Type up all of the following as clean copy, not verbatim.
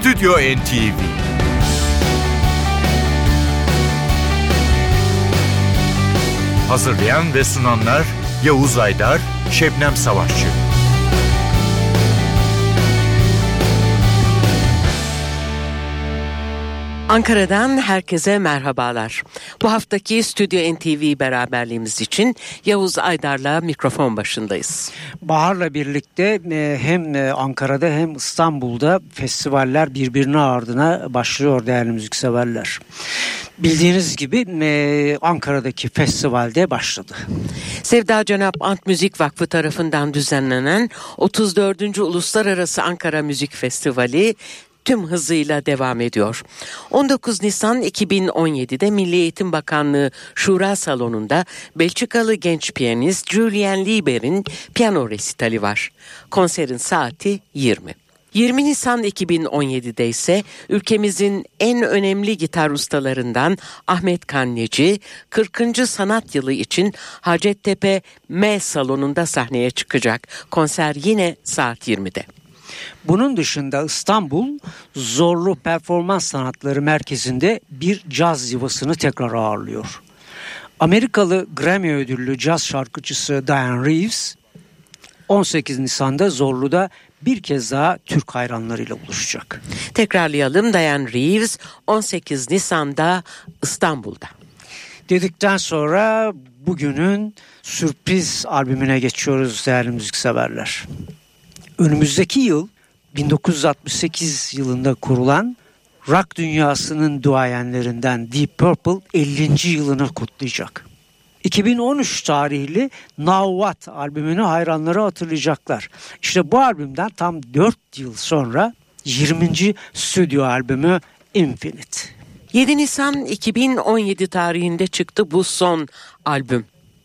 Stüdyo NTV. Hazırlayan ve sunanlar Yavuz Aydar, Şebnem Savaşçı. Ankara'dan herkese merhabalar. Bu haftaki Stüdyo NTV beraberliğimiz için Yavuz Aydar'la mikrofon başındayız. Bahar'la birlikte hem Ankara'da hem İstanbul'da festivaller birbirine ardına başlıyor değerli müzikseverler. Bildiğiniz gibi Ankara'daki festivalde başladı. Sevda Cenap Ant Müzik Vakfı tarafından düzenlenen 34. Uluslararası Ankara Müzik Festivali tüm hızıyla devam ediyor. 19 Nisan 2017'de Milli Eğitim Bakanlığı Şura Salonu'nda Belçikalı genç piyanist Julien Lieber'in piyano resitali var. Konserin saati 20. 20 Nisan 2017'de ise ülkemizin en önemli gitar ustalarından Ahmet Kanneci 40. sanat yılı için Hacettepe M Salonu'nda sahneye çıkacak. Konser yine saat 20'de. Bunun dışında İstanbul Zorlu Performans Sanatları Merkezi'nde bir caz yuvasını tekrar ağırlıyor. Amerikalı Grammy ödüllü caz şarkıcısı Diane Reeves 18 Nisan'da Zorlu'da bir kez daha Türk hayranlarıyla buluşacak. Tekrarlayalım, Diane Reeves 18 Nisan'da İstanbul'da. Dedikten sonra bugünün sürpriz albümüne geçiyoruz değerli müzikseverler. Önümüzdeki yıl 1968 yılında kurulan rock dünyasının duayenlerinden Deep Purple 50. yılını kutlayacak. 2013 tarihli Now What albümünü hayranları hatırlayacaklar. İşte bu albümden tam 4 yıl sonra 20. stüdyo albümü Infinite. 7 Nisan 2017 tarihinde çıktı bu son albüm.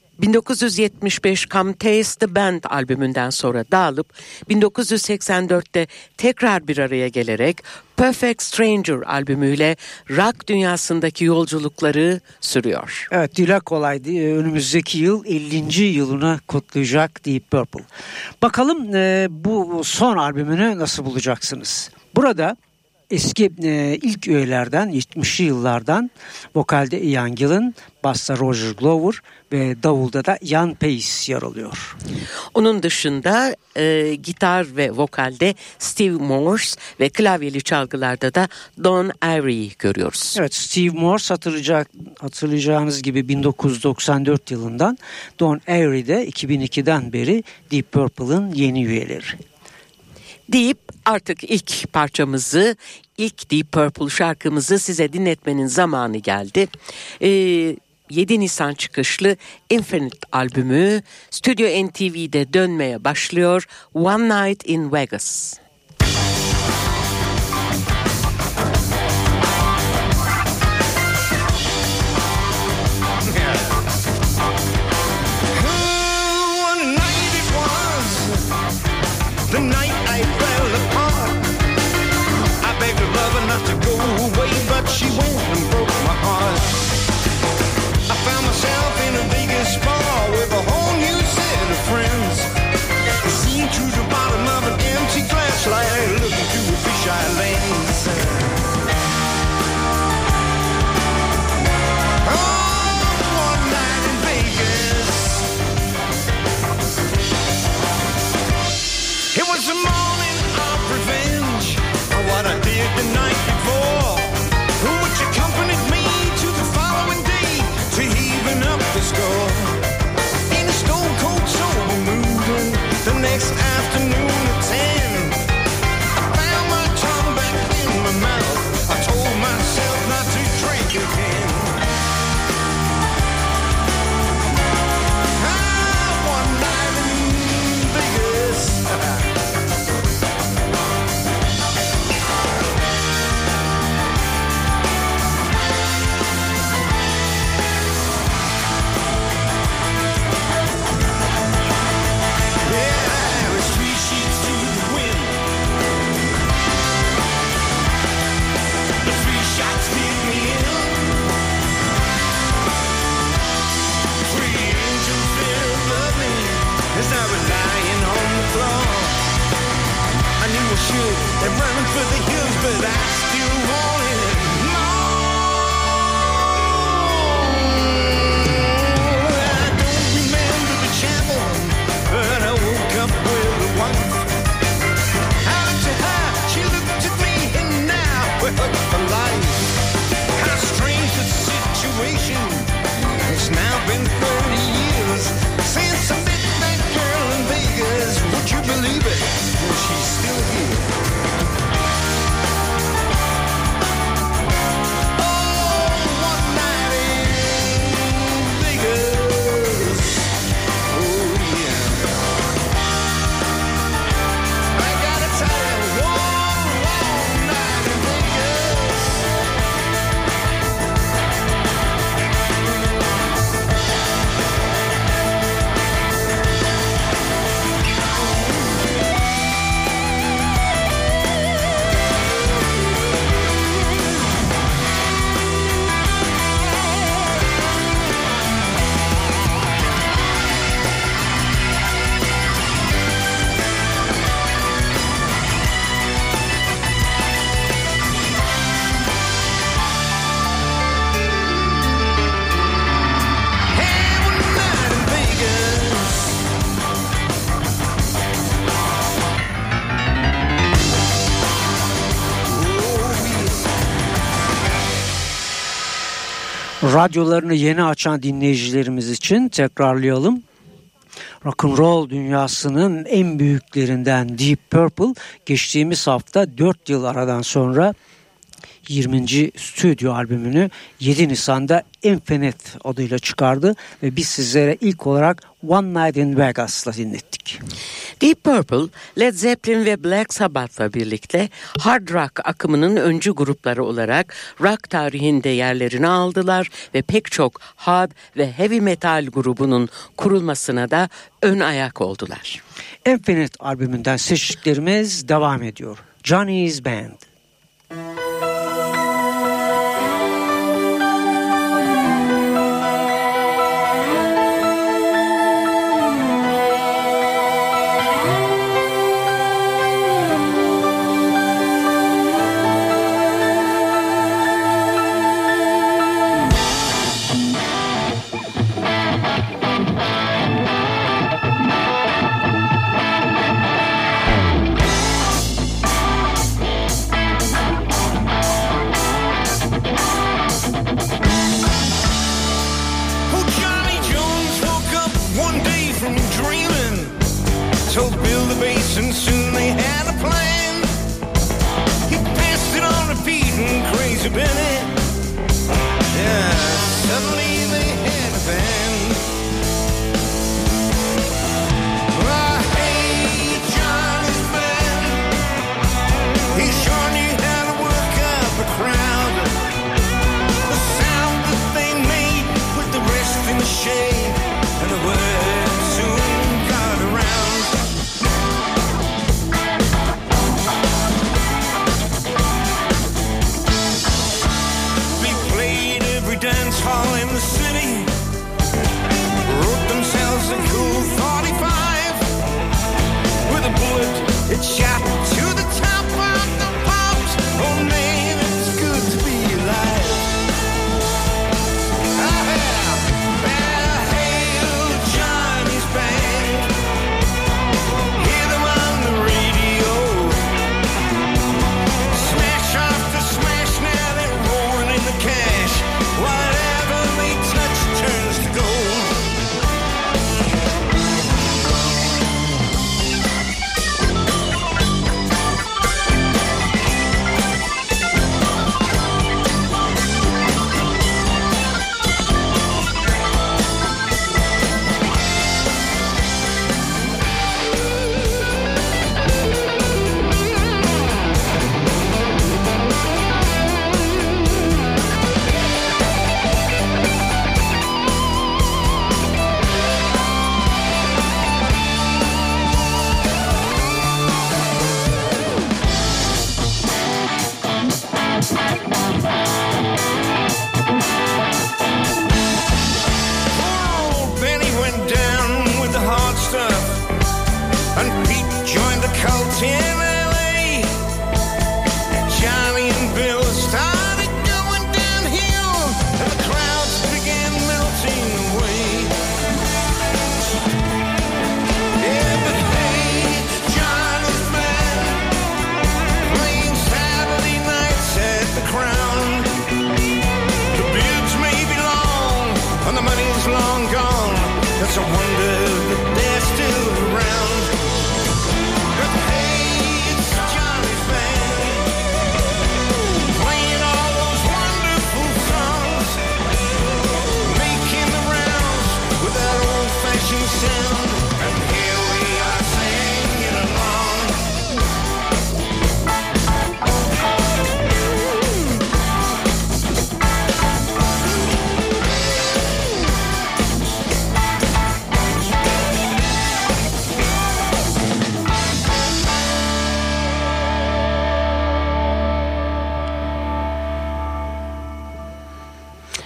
1975 Come Taste the Band albümünden sonra dağılıp 1984'te tekrar bir araya gelerek Perfect Stranger albümüyle rock dünyasındaki yolculukları sürüyor. Evet, dile kolay. Önümüzdeki yıl 50. yılını kutlayacak Deep Purple. Bakalım bu son albümünü nasıl bulacaksınız? Burada eski ilk üyelerden 70'li yıllardan vokalde Ian Gillan, basta Roger Glover ve davulda da Ian Pace yer alıyor. Onun dışında gitar ve vokalde Steve Morse ve klavyeli çalgılarda da Don Airey'i görüyoruz. Evet, Steve Morse hatırlayacağınız gibi 1994 yılından, Don Airey de 2002'den beri Deep Purple'ın yeni üyeleri. Deyip artık ilk parçamızı, ilk Deep Purple şarkımızı size dinletmenin zamanı geldi. 7 Nisan çıkışlı Infinite albümü Stüdyo NTV'de dönmeye başlıyor. One Night in Vegas. She went and broke my heart. I found myself in a Vegas bar with a whole new set of friends. Seeing through the bottom of an empty glass, They're running for the hills, but I still want it more. I don't remember the chapel, but I woke up with a wife. I looked at her, she looked at me, and now we're hooked for life. How strange the situation. It's now been 30 years since I met that girl in Vegas. Would you believe it? Well, she's still here. Oh, one night in Vegas. Oh, yeah. I gotta tell you, one long night in Vegas. Radyolarını yeni açan dinleyicilerimiz için tekrarlayalım. Rock'n'roll dünyasının en büyüklerinden Deep Purple geçtiğimiz hafta 4 yıl aradan sonra 20. stüdyo albümünü 7 Nisan'da Infinite adıyla çıkardı ve biz sizlere ilk olarak One Night in Vegas'la dinlettik. Deep Purple, Led Zeppelin ve Black Sabbath'la birlikte hard rock akımının öncü grupları olarak rock tarihinde yerlerini aldılar ve pek çok hard ve heavy metal grubunun kurulmasına da ön ayak oldular. Infinite albümünden seçtiklerimiz devam ediyor. Johnny's Band.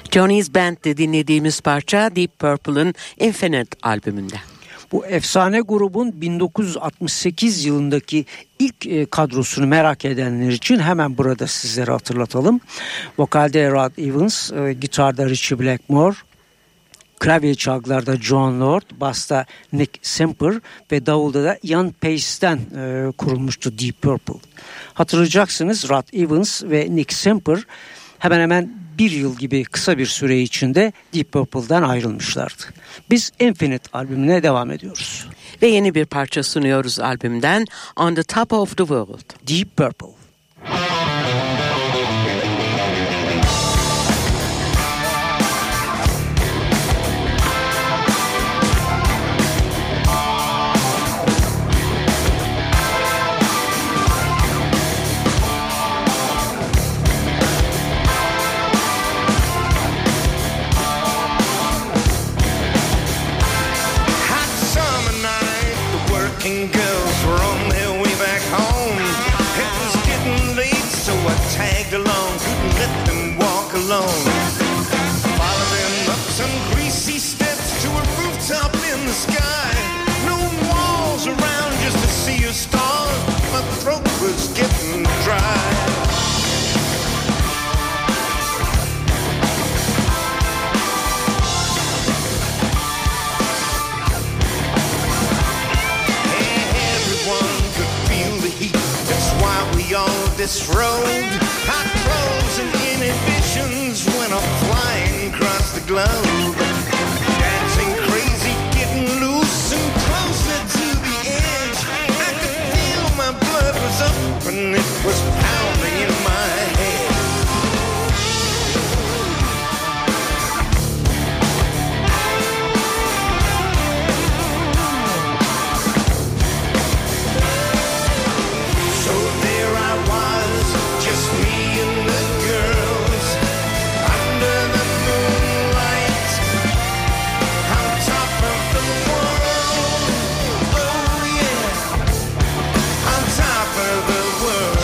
Johnny's Band'de dinlediğimiz parça Deep Purple'ın Infinite albümünde. Bu efsane grubun 1968 yılındaki ilk kadrosunu merak edenler için hemen burada sizlere hatırlatalım. Vokalde Rod Evans, gitarda Ritchie Blackmore, klavye çalgılarda John Lord, basta Nick Simper ve davulda da Ian Pace'ten kurulmuştu Deep Purple. Hatırlayacaksınız, Rod Evans ve Nick Simper hemen hemen bir yıl gibi kısa bir süre içinde Deep Purple'dan ayrılmışlardı. Biz Infinite albümüne devam ediyoruz. Ve yeni bir parça sunuyoruz albümden, On the Top of the World. Deep Purple. Hot summer night, the working girls were on their way back home. It was getting late, so I tagged along, couldn't let them walk alone. Followed them up some greasy steps to a rooftop in the sky. No walls around just to see a star. My throat was getting dry. Everyone could feel the heat. That's why we all this road. Hot clothes and inhibitions when I'm flying across the globe. Dancing crazy, getting loose and closer to the edge. I could feel my blood was up and it was pounding in my head. So there I was, just me and the girls, under the moonlight, on top of the world. Oh yeah, on top of the world.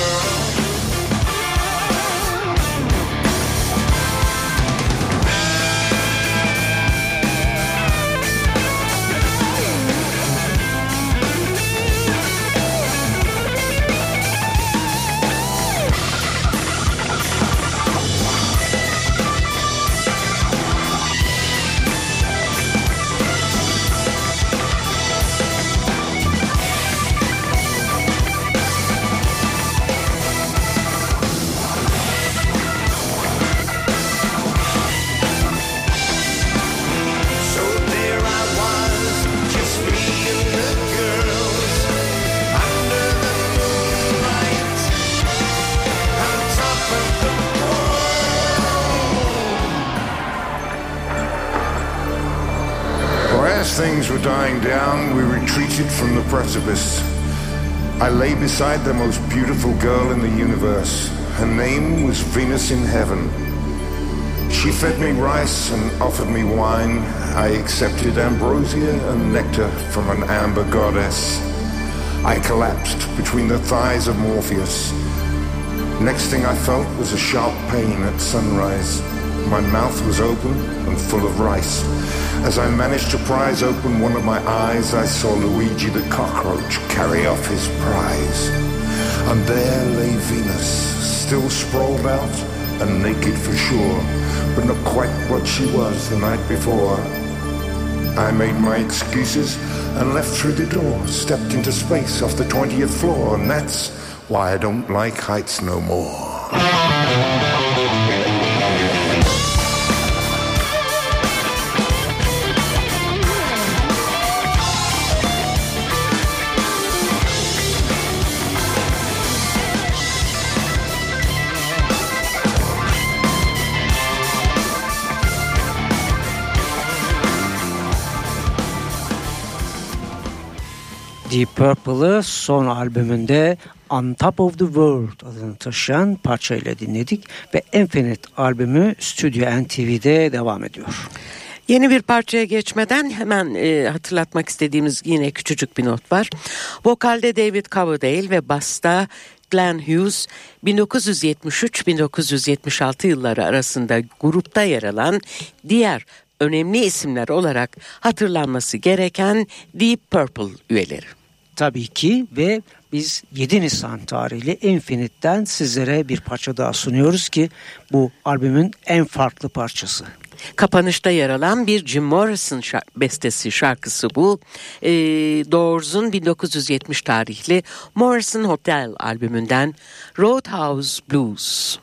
So there I was, just me and the girls, under the moonlight, on top of the Well, as things were dying down, we retreated from the precipice. I lay beside the most beautiful girl in the universe. Her name was Venus in heaven. She fed me rice and offered me wine. I accepted ambrosia and nectar from an amber goddess. I collapsed between the thighs of Morpheus. Next thing I felt was a sharp pain at sunrise. My mouth was open and full of rice. As I managed to prise open one of my eyes, I saw Luigi the cockroach carry off his prize. And there lay Venus, still sprawled out and naked for sure, but not quite what she was the night before. I made my excuses and left through the door, stepped into space off the 20th floor, and that's why I don't like heights no more. Deep Purple'ı son albümünde On Top of the World adını taşıyan parçayla dinledik ve Infinite albümü Stüdyo NTV'de devam ediyor. Yeni bir parçaya geçmeden hemen hatırlatmak istediğimiz yine küçücük bir not var. Vokalde David Coverdale ve basta Glenn Hughes 1973-1976 yılları arasında grupta yer alan diğer önemli isimler olarak hatırlanması gereken Deep Purple üyeleri. Tabii ki ve biz 7 Nisan tarihli Infinite'den sizlere bir parça daha sunuyoruz ki bu albümün en farklı parçası. Kapanışta yer alan bir Jim Morrison bestesi şarkısı bu. Doors'un 1970 tarihli Morrison Hotel albümünden Roadhouse Blues.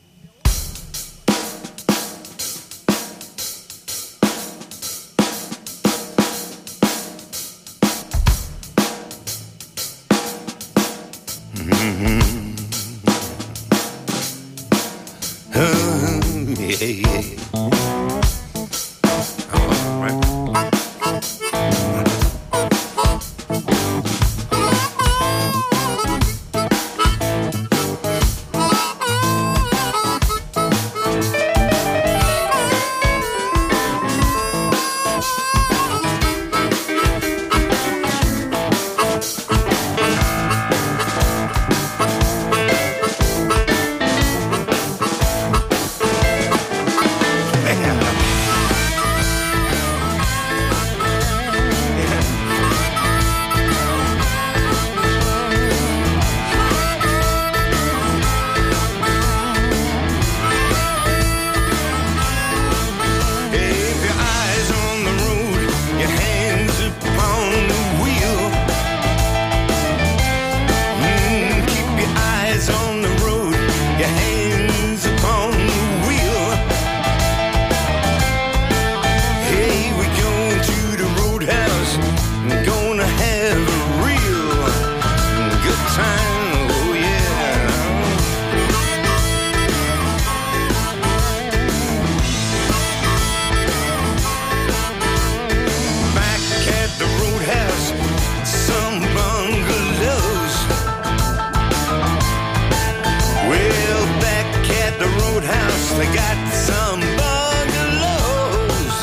They got some bungalows,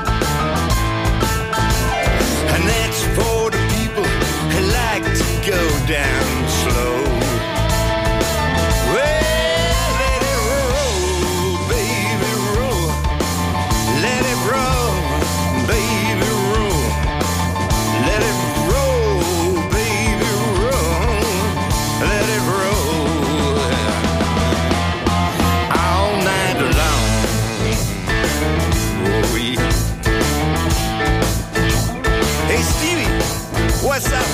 and that's for the people who like to go down slow. Well, let it roll, baby, roll. Let it roll, baby, roll. Let it roll, baby, roll. Let it roll. What's up?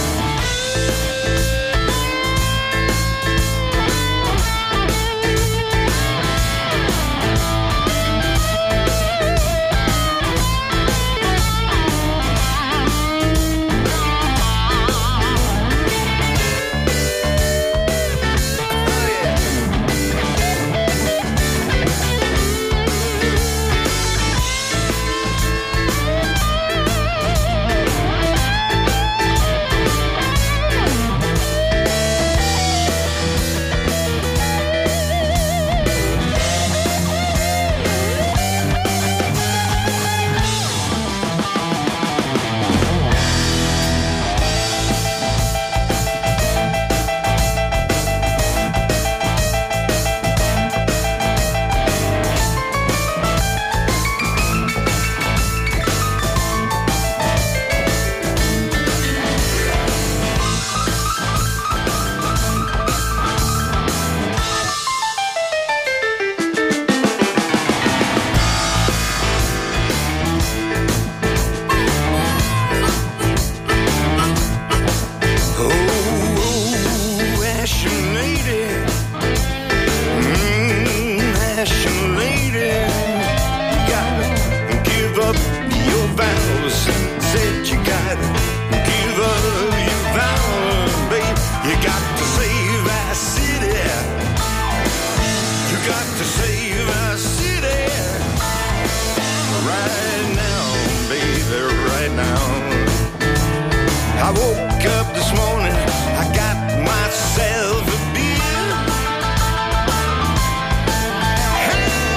I woke up this morning, I got myself a beer. Hey,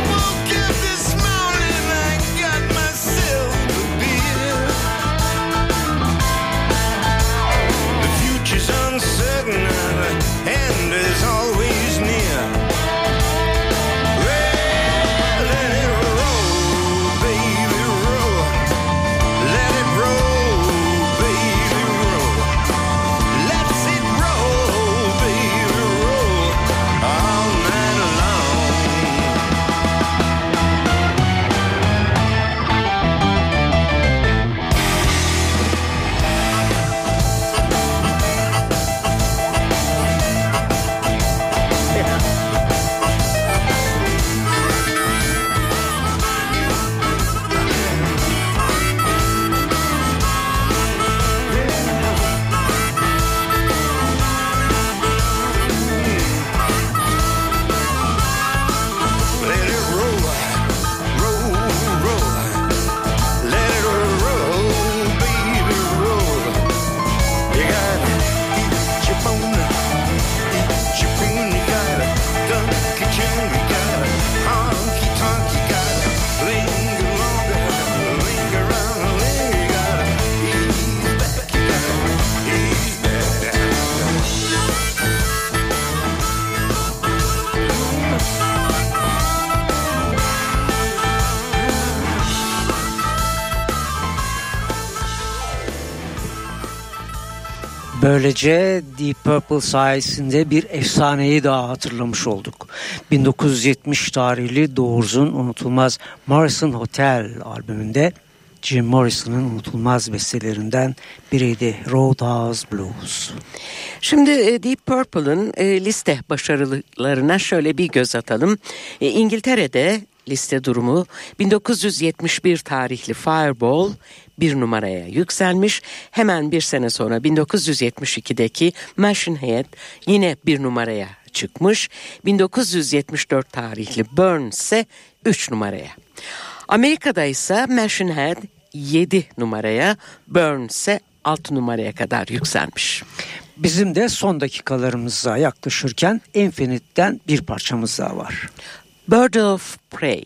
Böylece Deep Purple sayesinde bir efsaneyi daha hatırlamış olduk. 1970 tarihli Doors'un unutulmaz Morrison Hotel albümünde Jim Morrison'ın unutulmaz bestelerinden biriydi, Roadhouse Blues. Şimdi Deep Purple'ın liste başarılarına şöyle bir göz atalım. İngiltere'de liste durumu 1971 tarihli Fireball 1 numaraya yükselmiş. Hemen bir sene sonra 1972'deki Machine Head yine 1 numaraya çıkmış. 1974 tarihli Burn ise 3 numaraya. Amerika'da ise Machine Head 7 numaraya, Burn ise 6 numaraya kadar yükselmiş. Bizim de son dakikalarımıza yaklaşırken Infinite'den bir parçamız daha var. Bird of Prey.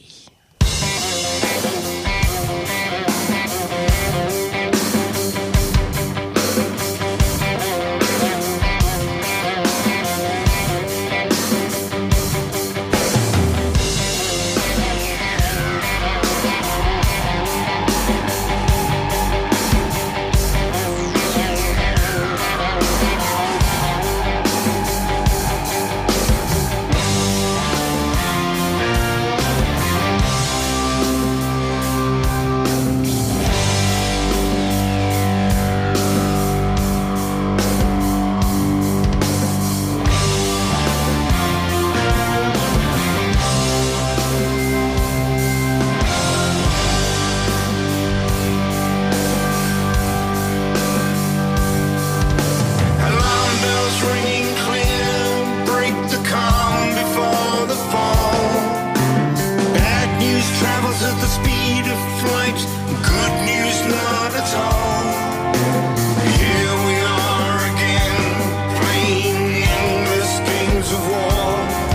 Alarm bells ringing clear, break the calm before the fall. Bad news travels at the speed of flight, good news not at all. Here we are again, playing endless games of war.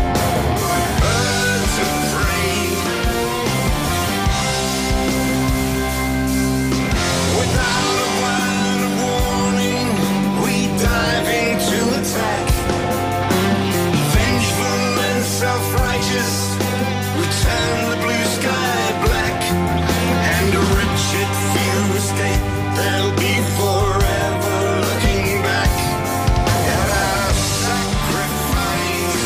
Birds of prey. Without a word of warning, we dive into attack. Vengeful and self-righteous, we turn the blue sky black. And a wretched few escape, they'll be forever looking back at our sacrifice.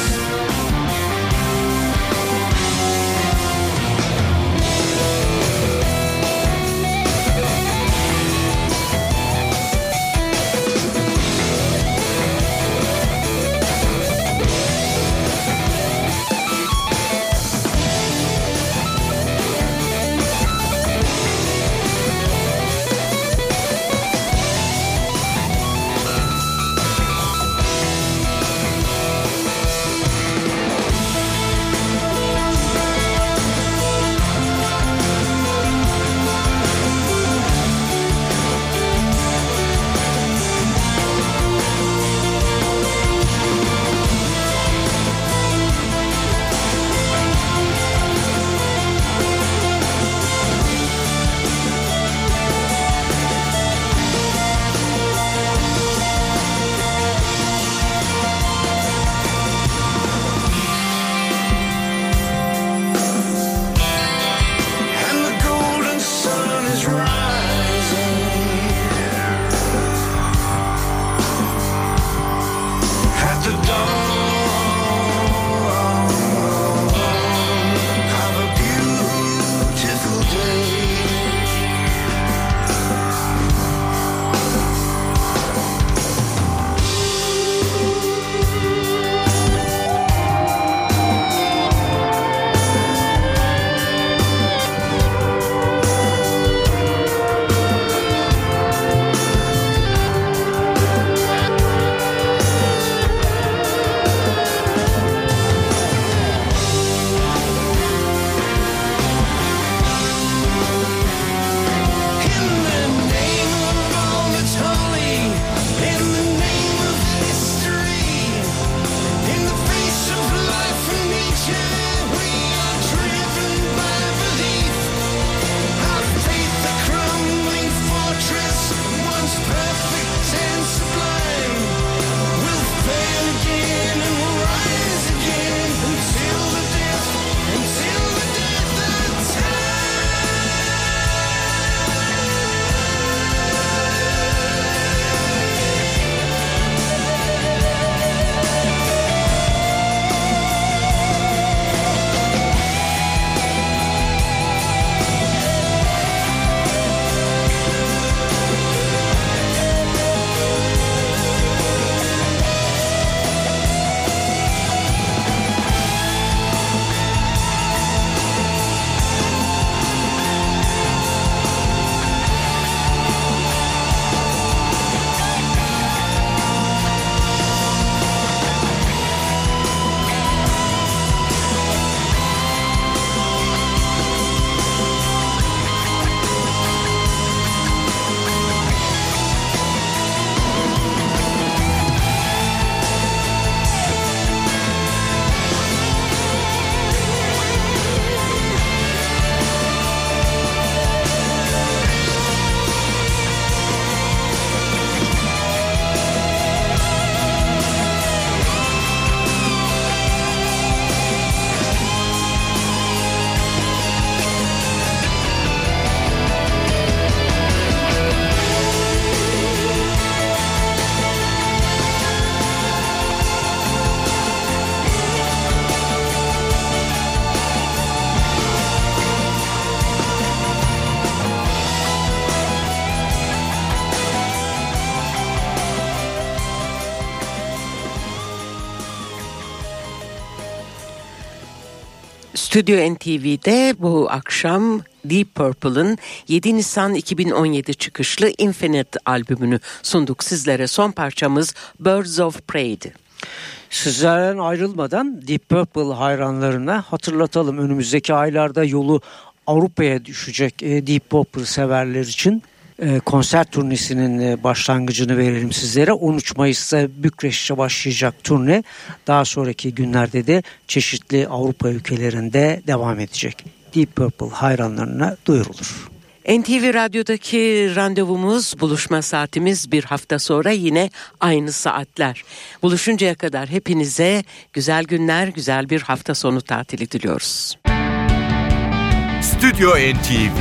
Stüdyo NTV'de bu akşam Deep Purple'ın 7 Nisan 2017 çıkışlı Infinite albümünü sunduk sizlere. Son parçamız Birds of Prey'di. Sizlerden ayrılmadan Deep Purple hayranlarına hatırlatalım. Önümüzdeki aylarda yolu Avrupa'ya düşecek Deep Purple severler için konser turnesinin başlangıcını verelim sizlere. 13 Mayıs'ta Bükreş'te başlayacak turne daha sonraki günlerde de çeşitli Avrupa ülkelerinde devam edecek. Deep Purple hayranlarına duyurulur. NTV Radyo'daki randevumuz, buluşma saatimiz bir hafta sonra yine aynı saatler. Buluşuncaya kadar hepinize güzel günler, güzel bir hafta sonu tatili diliyoruz. Stüdyo NTV.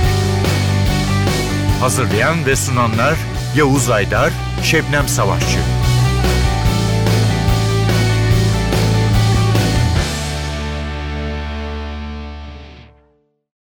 Hazırlayan ve sunanlar Yavuz Aydar, Şebnem Savaşçı.